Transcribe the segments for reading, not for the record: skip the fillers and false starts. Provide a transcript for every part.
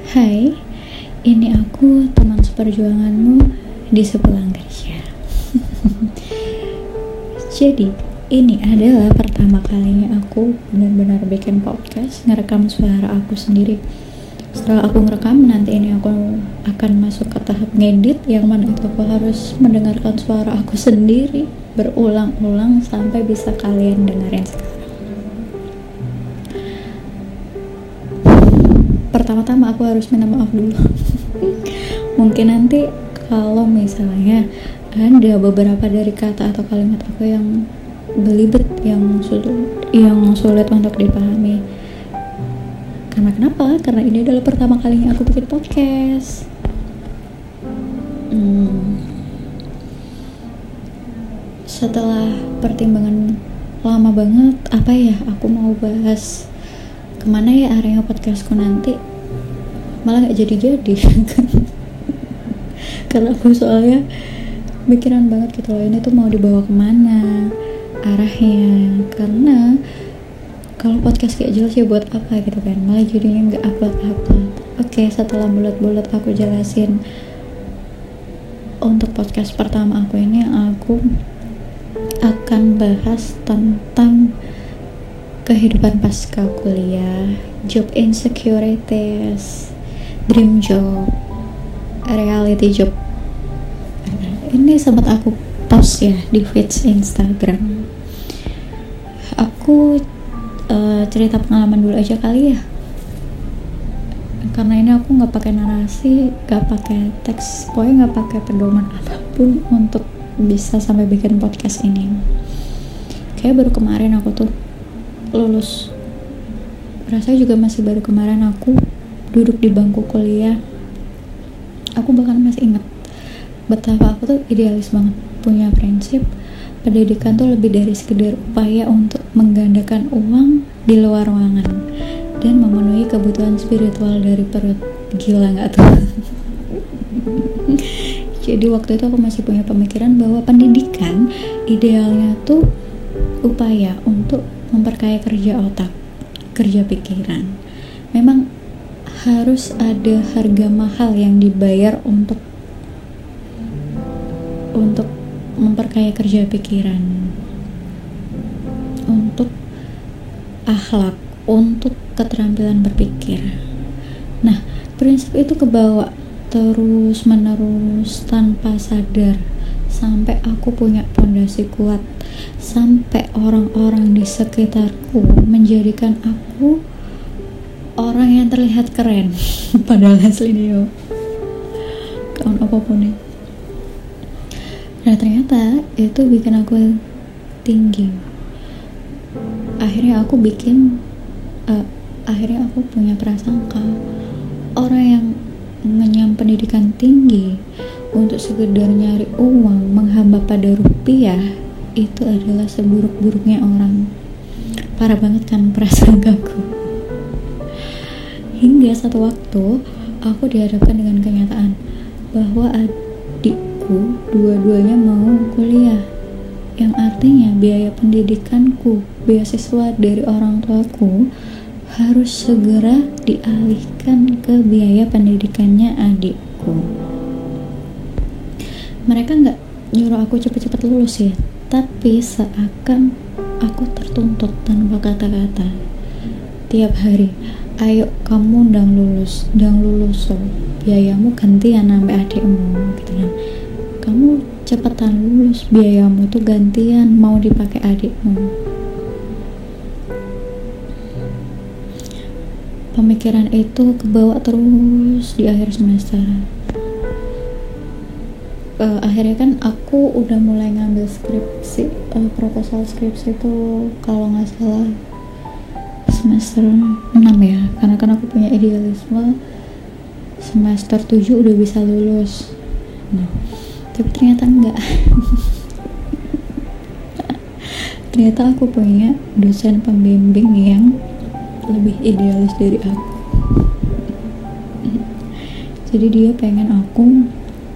Hai, ini aku teman seperjuanganmu di sepulang kerja. Jadi, ini adalah pertama kalinya aku benar-benar bikin podcast, ngerekam suara aku sendiri. Setelah aku ngerekam, nanti ini aku akan masuk ke tahap ngedit, yang mana itu aku harus mendengarkan suara aku sendiri berulang-ulang sampai bisa kalian dengerin sekarang. Pertama-tama aku harus minta maaf dulu. Mungkin nanti kalau misalnya ada beberapa dari kata atau kalimat aku yang belibet, yang sulit untuk dipahami. Karena kenapa? Karena ini adalah pertama kalinya aku bikin podcast. Setelah pertimbangan lama banget, apa ya aku mau bahas, kemana ya area podcastku nanti, malah gak jadi-jadi. Karena aku soalnya mikiran banget gitu loh, ini tuh mau dibawa kemana arahnya. Karena kalau podcast kayak jelas ya buat apa gitu kan, malah jadinya gak upload. Oke, setelah bulat-bulat aku jelasin, untuk podcast pertama aku ini aku akan bahas tentang kehidupan pasca kuliah, job insecurities, dream job, reality job. Ini sempat aku post ya di feeds Instagram. Aku cerita pengalaman dulu aja kali ya, karena ini aku nggak pakai narasi, nggak pakai teks, pokoknya nggak pakai pedoman apapun untuk bisa sampai bikin podcast ini. Kayak baru kemarin aku tuh lulus, rasanya juga masih baru kemarin aku duduk di bangku kuliah. Aku bahkan masih ingat betapa aku tuh idealis banget, punya prinsip pendidikan tuh lebih dari sekedar upaya untuk menggandakan uang di luar ruangan dan memenuhi kebutuhan spiritual dari perut. Gila gak tuh? Jadi waktu itu aku masih punya pemikiran bahwa pendidikan idealnya tuh upaya untuk memperkaya kerja otak, kerja pikiran. Memang harus ada harga mahal yang dibayar untuk memperkaya kerja pikiran, untuk akhlak, untuk keterampilan berpikir. Nah, prinsip itu kebawa terus menerus tanpa sadar sampai aku punya pondasi kuat, sampai orang-orang di sekitarku menjadikan aku orang yang terlihat keren. Padahal aslinya kawan apapun nih. Nah ternyata itu bikin aku tinggi. Akhirnya aku punya prasangka orang yang mengenyam pendidikan tinggi untuk sekedar nyari uang, menghamba pada rupiah, itu adalah seburuk-buruknya orang. Parah banget kan prasangkaku. Hingga satu waktu aku dihadapkan dengan kenyataan bahwa adikku dua-duanya mau kuliah, yang artinya biaya pendidikanku, beasiswa dari orang tuaku harus segera dialihkan ke biaya pendidikannya adikku. Mereka gak nyuruh aku cepet-cepet lulus ya, tapi seakan aku tertuntut tanpa kata-kata. Tiap hari, ayo kamu ndang lulus so, biayamu gantian sampai adikmu gitu kan. Kamu cepetan lulus, biayamu tuh gantian mau dipakai adikmu. Pemikiran itu kebawa terus di akhir semester. Akhirnya kan aku udah mulai ngambil skripsi, proposal skripsi itu kalau nggak salah semester 6 ya, karena kan aku punya idealisme semester 7 udah bisa lulus. Nah, tapi ternyata enggak. Ternyata aku punya dosen pembimbing yang lebih idealis dari aku. Jadi dia pengen aku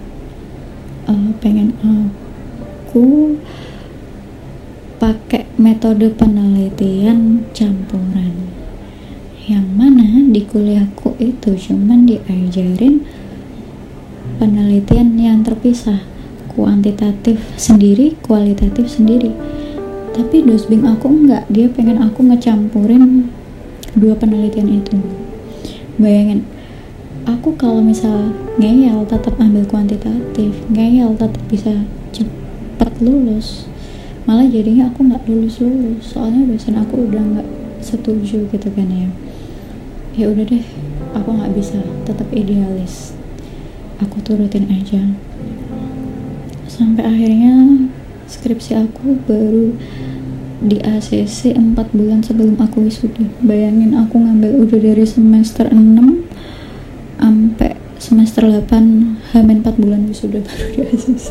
pakai metode penelitian campuran, yang mana di kuliahku itu, cuman diajarin penelitian yang terpisah, kuantitatif sendiri, kualitatif sendiri. Tapi dosbing aku enggak, dia pengen aku ngecampurin dua penelitian itu. Bayangin, aku kalau misal ngeyel tetap ambil kuantitatif, ngeyel tetap bisa cepet lulus, malah jadinya aku nggak lulus, soalnya dosen aku udah nggak setuju gitu kan ya. Ya udah deh, aku nggak bisa, tetap idealis, aku turutin aja. Sampai akhirnya skripsi aku baru di ACC 4 bulan sebelum aku wisuda. Bayangin, aku ngambil udah dari semester 6 sampai semester 8, hamin 4 bulan wisuda baru di ACC.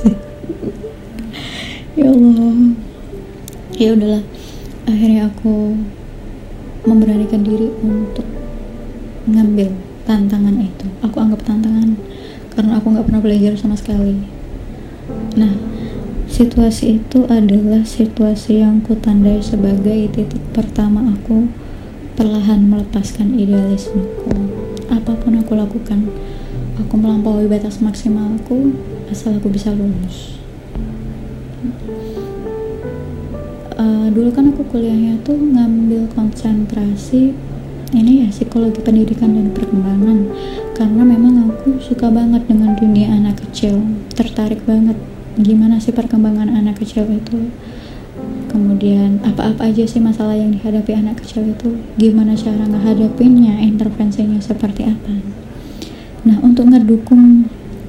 Ya Allah. Ya udahlah, akhirnya aku memberanikan diri untuk ngambil tantangan itu. Aku anggap tantangan karena aku nggak pernah belajar sama sekali. Nah, situasi itu adalah situasi yang ku tandai sebagai titik pertama aku perlahan melepaskan idealismeku. Apapun aku lakukan, aku melampaui batas maksimalku asal aku bisa lulus. Dulu kan aku kuliahnya tuh ngambil konsentrasi ini ya, psikologi pendidikan dan perkembangan, karena memang aku suka banget dengan dunia anak kecil, tertarik banget gimana sih perkembangan anak kecil itu, kemudian apa-apa aja sih masalah yang dihadapi anak kecil itu, gimana cara ngehadapinnya, intervensinya seperti apa. Nah, untuk ngedukung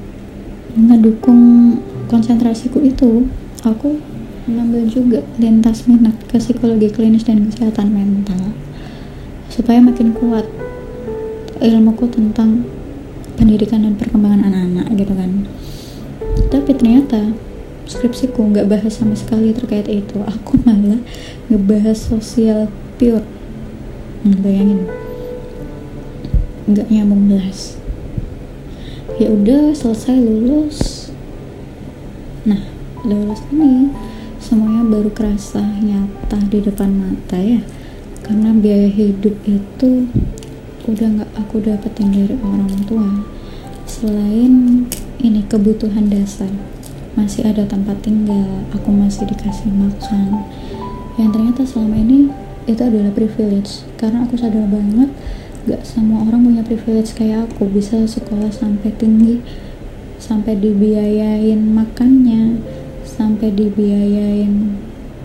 konsentrasiku itu, aku ngambil juga lintas minat ke psikologi klinis dan kesehatan mental supaya makin kuat ilmuku tentang pendidikan dan perkembangan anak-anak gitu kan. Tapi ternyata skripsiku nggak bahas sama sekali terkait itu, aku malah ngebahas sosial pure. Bayangin, nggak nyambung belas. Ya udah, selesai lulus. Nah, lulus ini semuanya baru kerasa nyata di depan mata ya, karena biaya hidup itu udah nggak aku dapetin dari orang tua. Selain ini kebutuhan dasar, masih ada tempat tinggal, aku masih dikasih makan, yang ternyata selama ini itu adalah privilege. Karena aku sadar banget gak semua orang punya privilege kayak aku, bisa sekolah sampai tinggi, sampai dibiayain makannya, sampai dibiayain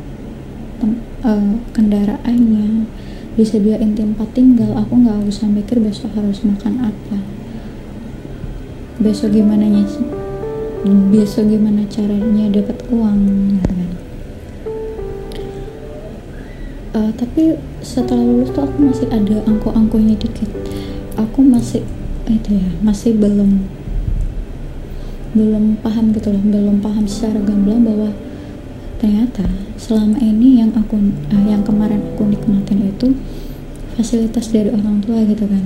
kendaraannya, disediain tempat tinggal. Aku gak usah mikir besok harus makan apa, besok gimana caranya dapat uang gitu kan. Tapi setelah lulus tuh aku masih ada angko-angkonya dikit. Aku masih belum paham gitu loh, belum paham secara gamblang bahwa ternyata selama ini yang kemarin aku nikmatin itu fasilitas dari orang tua gitu kan.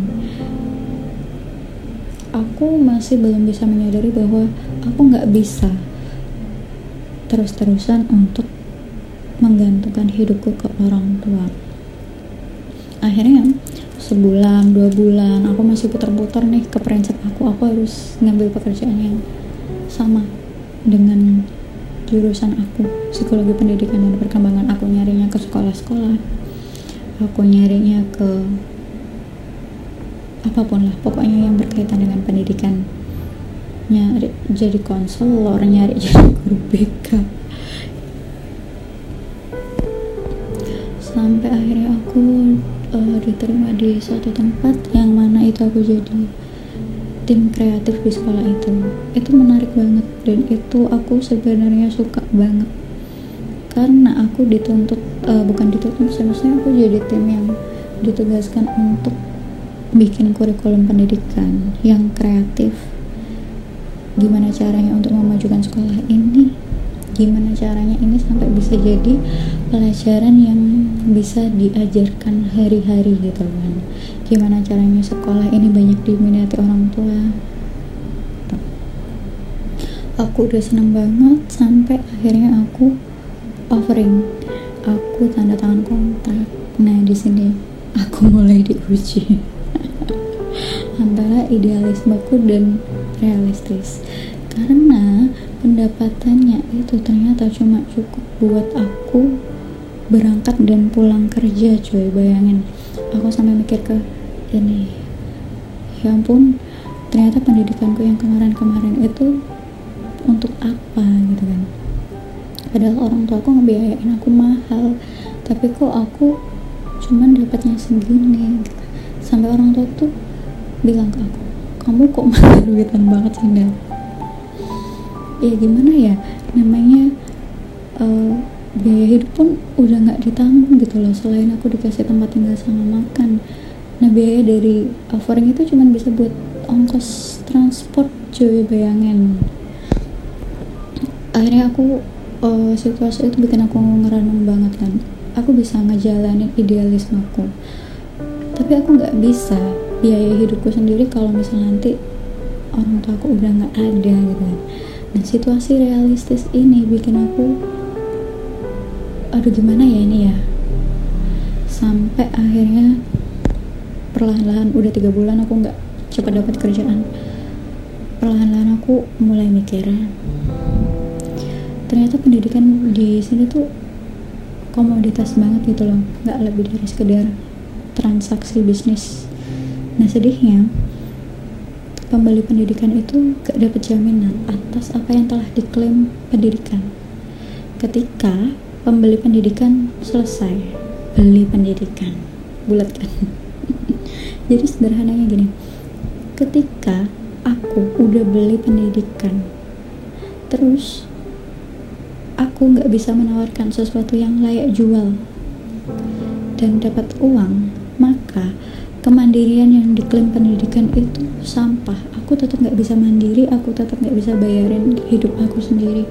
Aku masih belum bisa menyadari bahwa aku nggak bisa terus-terusan untuk menggantungkan hidupku ke orang tua. Akhirnya sebulan, 2 bulan aku masih putar-putar nih ke prinsip aku harus ngambil pekerjaan yang sama dengan jurusan aku, psikologi pendidikan dan perkembangan. Aku nyarinya ke sekolah-sekolah, aku nyarinya ke apapun lah, pokoknya yang berkaitan dengan pendidikan, nyari jadi konselor, nyari jadi guru BK, sampai akhirnya aku diterima di suatu tempat yang mana itu aku jadi tim kreatif di sekolah itu. Itu menarik banget dan itu aku sebenarnya suka banget karena aku maksudnya aku jadi tim yang ditugaskan untuk bikin kurikulum pendidikan yang kreatif. Gimana caranya untuk memajukan sekolah ini, gimana caranya ini sampai bisa jadi pelajaran yang bisa diajarkan hari-hari gitu kan. Gimana caranya sekolah ini banyak diminati orang tua. Aku udah seneng banget sampai akhirnya aku offering, aku tanda tangan kontrak. Nah di sini aku mulai diuji. antara idealismeku dan realistis, karena pendapatannya itu ternyata cuma cukup buat aku berangkat dan pulang kerja. Coy, bayangin, aku sampai mikir ke ini, ya ampun, ternyata pendidikanku yang kemarin-kemarin itu untuk apa gitu kan. Padahal orang tua aku ngebiayain aku mahal, tapi kok aku cuman dapatnya segini gitu. Sampai orang tua tuh bilang ke aku, kamu kok malah duitan banget sih, Del. Ya gimana ya, namanya biaya hidup pun udah gak ditanggung gitu loh, selain aku dikasih tempat tinggal sama makan. Nah, biaya dari offering itu cuma bisa buat ongkos transport, cuy, bayangin. Akhirnya aku situasi itu bikin aku ngerenung banget kan. Aku bisa ngejalanin idealismeku, tapi aku gak bisa biaya hidupku sendiri kalau misalnya nanti orang tua aku udah gak ada gitu kan. Nah, situasi realistis ini bikin aku, aduh gimana ya ini ya. Sampai akhirnya perlahan-lahan, udah 3 bulan aku gak cepat dapat kerjaan, perlahan-lahan aku mulai mikir, ternyata pendidikan di sini tuh komoditas banget gitu loh, nggak lebih dari sekedar transaksi bisnis. Nah, sedihnya pembeli pendidikan itu gak dapat jaminan atas apa yang telah diklaim pendidikan. Ketika pembeli pendidikan selesai beli pendidikan, bulat kan? Jadi sederhananya gini, ketika aku udah beli pendidikan, terus aku nggak bisa menawarkan sesuatu yang layak jual dan dapat uang, maka kemandirian yang diklaim pendidikan itu sampah. Aku tetap nggak bisa mandiri, aku tetap nggak bisa bayarin hidup aku sendiri.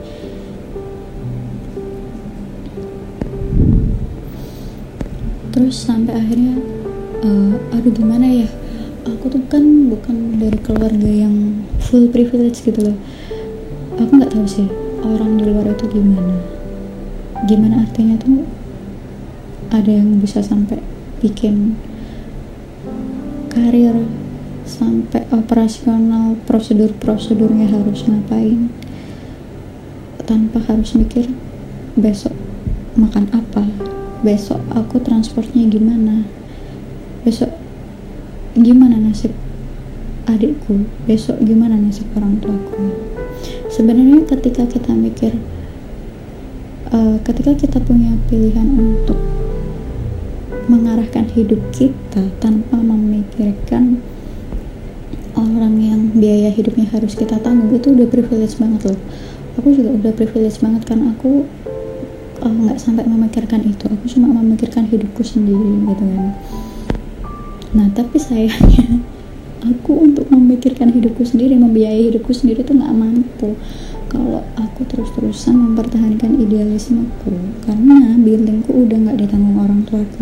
Terus sampai akhirnya aduh gimana ya, aku tuh kan bukan dari keluarga yang full privilege gitu loh. Aku nggak tahu sih orang di luar itu gimana artinya tuh ada yang bisa sampai bikin karir sampai operasional, prosedurnya harus ngapain tanpa harus mikir besok makan apa, besok aku transportnya gimana, besok gimana nasib adikku, besok gimana nasib orang tuaku. Sebenarnya ketika kita mikir, ketika kita punya pilihan untuk mengarahkan hidup kita tanpa memikirkan orang yang biaya hidupnya harus kita tanggung, itu udah privilege banget loh. Aku juga udah privilege banget karena aku nggak sampai memikirkan itu, aku cuma memikirkan hidupku sendiri gitu kan. Nah, tapi sayangnya aku untuk memikirkan hidupku sendiri, membiayai hidupku sendiri tuh nggak mampu kalau aku terus-terusan mempertahankan idealismeku, karena billingku udah nggak ditanggung orang tuaku.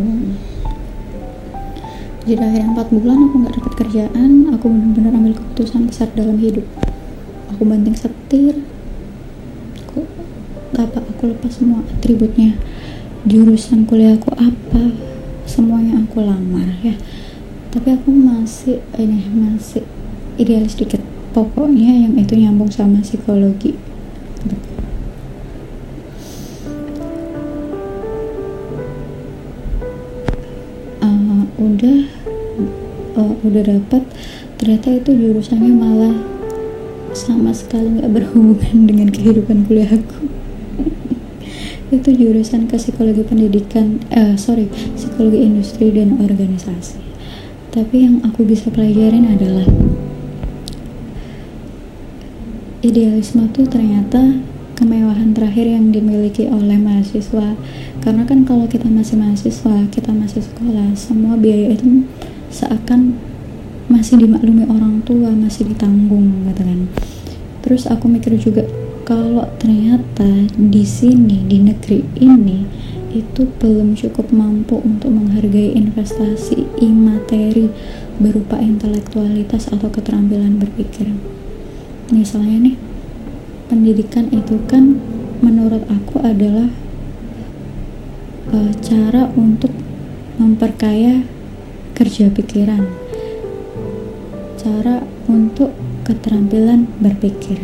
Jadi akhirnya 4 bulan aku nggak dapat kerjaan, aku benar-benar ambil keputusan besar dalam hidup. Aku banting setir, aku lepas semua atributnya, jurusan kuliahku apa, semuanya aku lamar ya. Tapi aku masih idealis dikit, pokoknya yang itu nyambung sama psikologi. Udah dapat, ternyata itu jurusannya malah sama sekali nggak berhubungan dengan kehidupan kuliah aku. Itu jurusan ke psikologi pendidikan, psikologi industri dan organisasi. Tapi yang aku bisa pelajarin adalah idealisme tuh ternyata kemewahan terakhir yang dimiliki oleh mahasiswa. Karena kan kalau kita masih mahasiswa, kita masih sekolah, semua biaya itu seakan masih dimaklumi orang tua, masih ditanggung gitu kan. Terus aku mikir juga, kalau ternyata di sini, di negeri ini itu belum cukup mampu untuk menghargai investasi imateri berupa intelektualitas atau keterampilan berpikir. Misalnya nih, pendidikan itu kan menurut aku adalah cara untuk memperkaya kerja pikiran, bicara untuk keterampilan berpikir.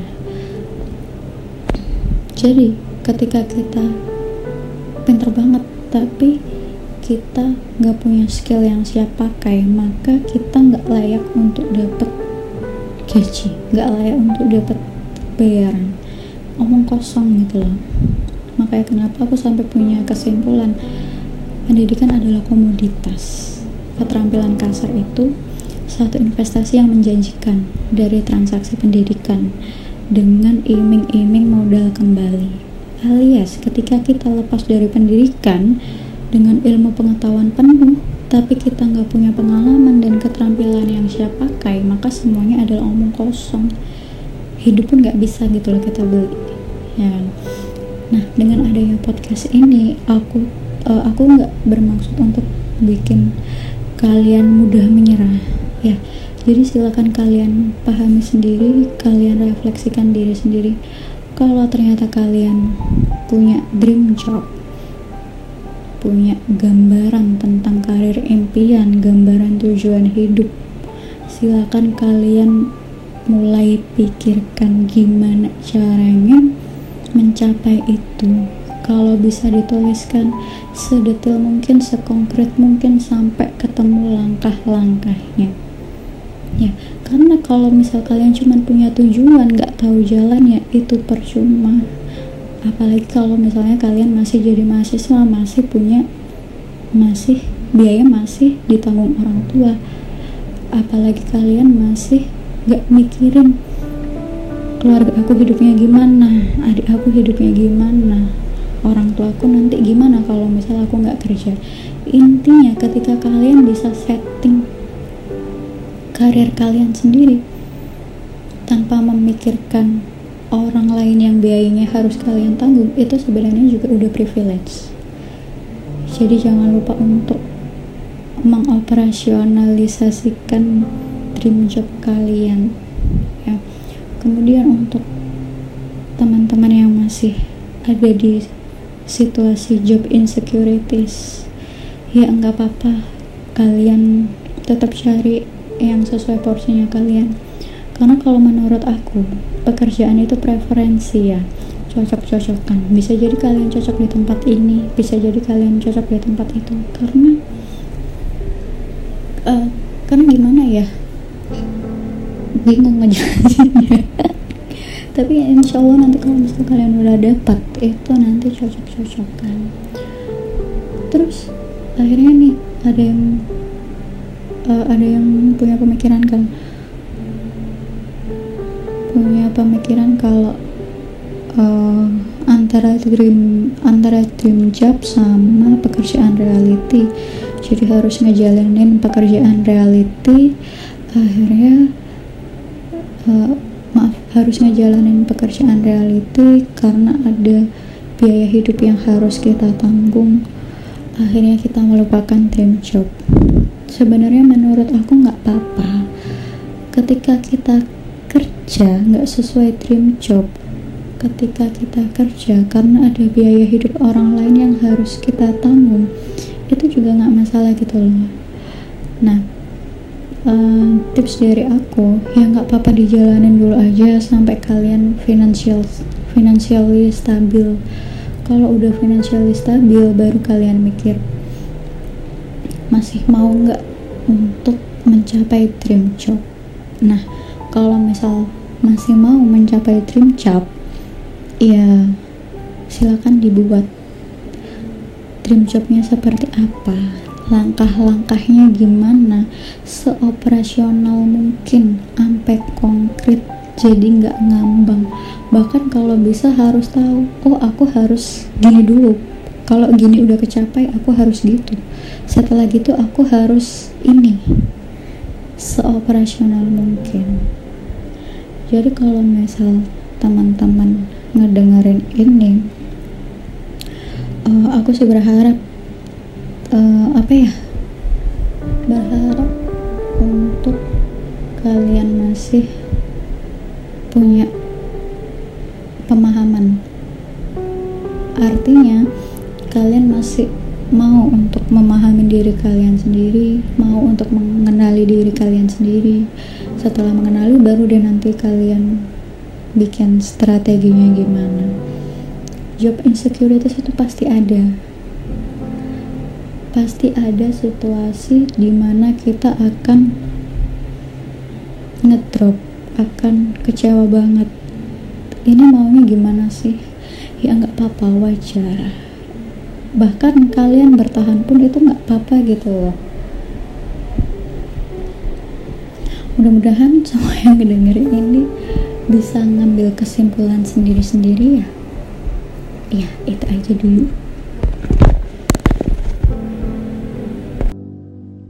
Jadi ketika kita pinter banget tapi kita nggak punya skill yang siap pakai, maka kita nggak layak untuk dapat gaji, nggak layak untuk dapat bayaran. Omong kosong gitu loh. Makanya kenapa aku sampai punya kesimpulan pendidikan adalah komoditas. Keterampilan kasar itu satu investasi yang menjanjikan dari transaksi pendidikan dengan iming-iming modal kembali. Alias ketika kita lepas dari pendidikan dengan ilmu pengetahuan penuh, tapi kita nggak punya pengalaman dan keterampilan yang siap pakai, maka semuanya adalah omong kosong. Hidup pun nggak bisa gitu loh kita beli, ya kan? Nah, dengan adanya podcast ini, aku nggak bermaksud untuk bikin kalian mudah menyerah, ya. Jadi silakan kalian pahami sendiri, kalian refleksikan diri sendiri. Kalau ternyata kalian punya dream job, punya gambaran tentang karir impian, gambaran tujuan hidup, silakan kalian mulai pikirkan gimana caranya mencapai itu. Kalau bisa dituliskan sedetail mungkin, sekonkret mungkin, sampai ketemu langkah-langkahnya, ya. Karena kalau misal kalian cuma punya tujuan nggak tahu jalan, ya itu percuma. Apalagi kalau misalnya kalian masih jadi mahasiswa, masih biaya masih ditanggung orang tua, apalagi kalian masih nggak mikirin keluarga aku hidupnya gimana, adik aku hidupnya gimana, orang tua aku nanti gimana kalau misal aku nggak kerja. Intinya ketika kalian bisa setting karir kalian sendiri tanpa memikirkan orang lain yang biayanya harus kalian tanggung, itu sebenarnya juga udah privilege. Jadi jangan lupa untuk mengoperasionalisasikan dream job kalian, ya. Kemudian untuk teman-teman yang masih ada di situasi job insecurities, ya nggak apa-apa, kalian tetap cari yang sesuai porsinya kalian. Karena kalau menurut aku, pekerjaan itu preferensi, ya, cocok-cocokan. Bisa jadi kalian cocok di tempat ini, bisa jadi kalian cocok di tempat itu. Karena gimana ya, bingung ngejelasinnya. Tapi insya Allah nanti kalau misalnya kalian udah dapat itu, nanti cocok-cocokan. Terus akhirnya nih ada yang punya pemikiran kalau antara dream job sama pekerjaan reality. Jadi harus ngejalanin pekerjaan reality, akhirnya harus ngejalanin pekerjaan reality karena ada biaya hidup yang harus kita tanggung. Akhirnya kita melupakan dream job. Sebenarnya menurut aku nggak apa-apa ketika kita kerja nggak sesuai dream job, ketika kita kerja karena ada biaya hidup orang lain yang harus kita tanggung, itu juga nggak masalah gitu loh. Nah, tips dari aku, ya nggak apa-apa dijalanin dulu aja sampai kalian financially stabil. Kalau udah financially stabil, baru kalian mikir masih mau nggak untuk mencapai dream job. Nah, kalau misal masih mau mencapai dream job, ya silakan dibuat dream jobnya seperti apa, langkah-langkahnya gimana, seoperasional mungkin, sampai konkret, jadi nggak ngambang. Bahkan kalau bisa harus tahu, oh aku harus gini dulu, kalau gini udah kecapai aku harus gitu, setelah gitu aku harus ini, seoperasional mungkin. Jadi kalau misal teman-teman ngedengerin ini, aku sih berharap berharap untuk kalian masih punya pemahaman, artinya kalian masih mau untuk memahami diri kalian sendiri, mau untuk mengenali diri kalian sendiri, Setelah mengenali baru deh nanti kalian bikin strateginya gimana. Job insecurities itu pasti ada situasi dimana kita akan ngedrop, akan kecewa banget. Ini maunya gimana sih? Ya nggak apa-apa, wajar. Bahkan kalian bertahan pun itu nggak apa-apa gitu loh. Mudah-mudahan semua yang ngedengerin ini bisa ngambil kesimpulan sendiri-sendiri ya. Ya, itu aja dulu.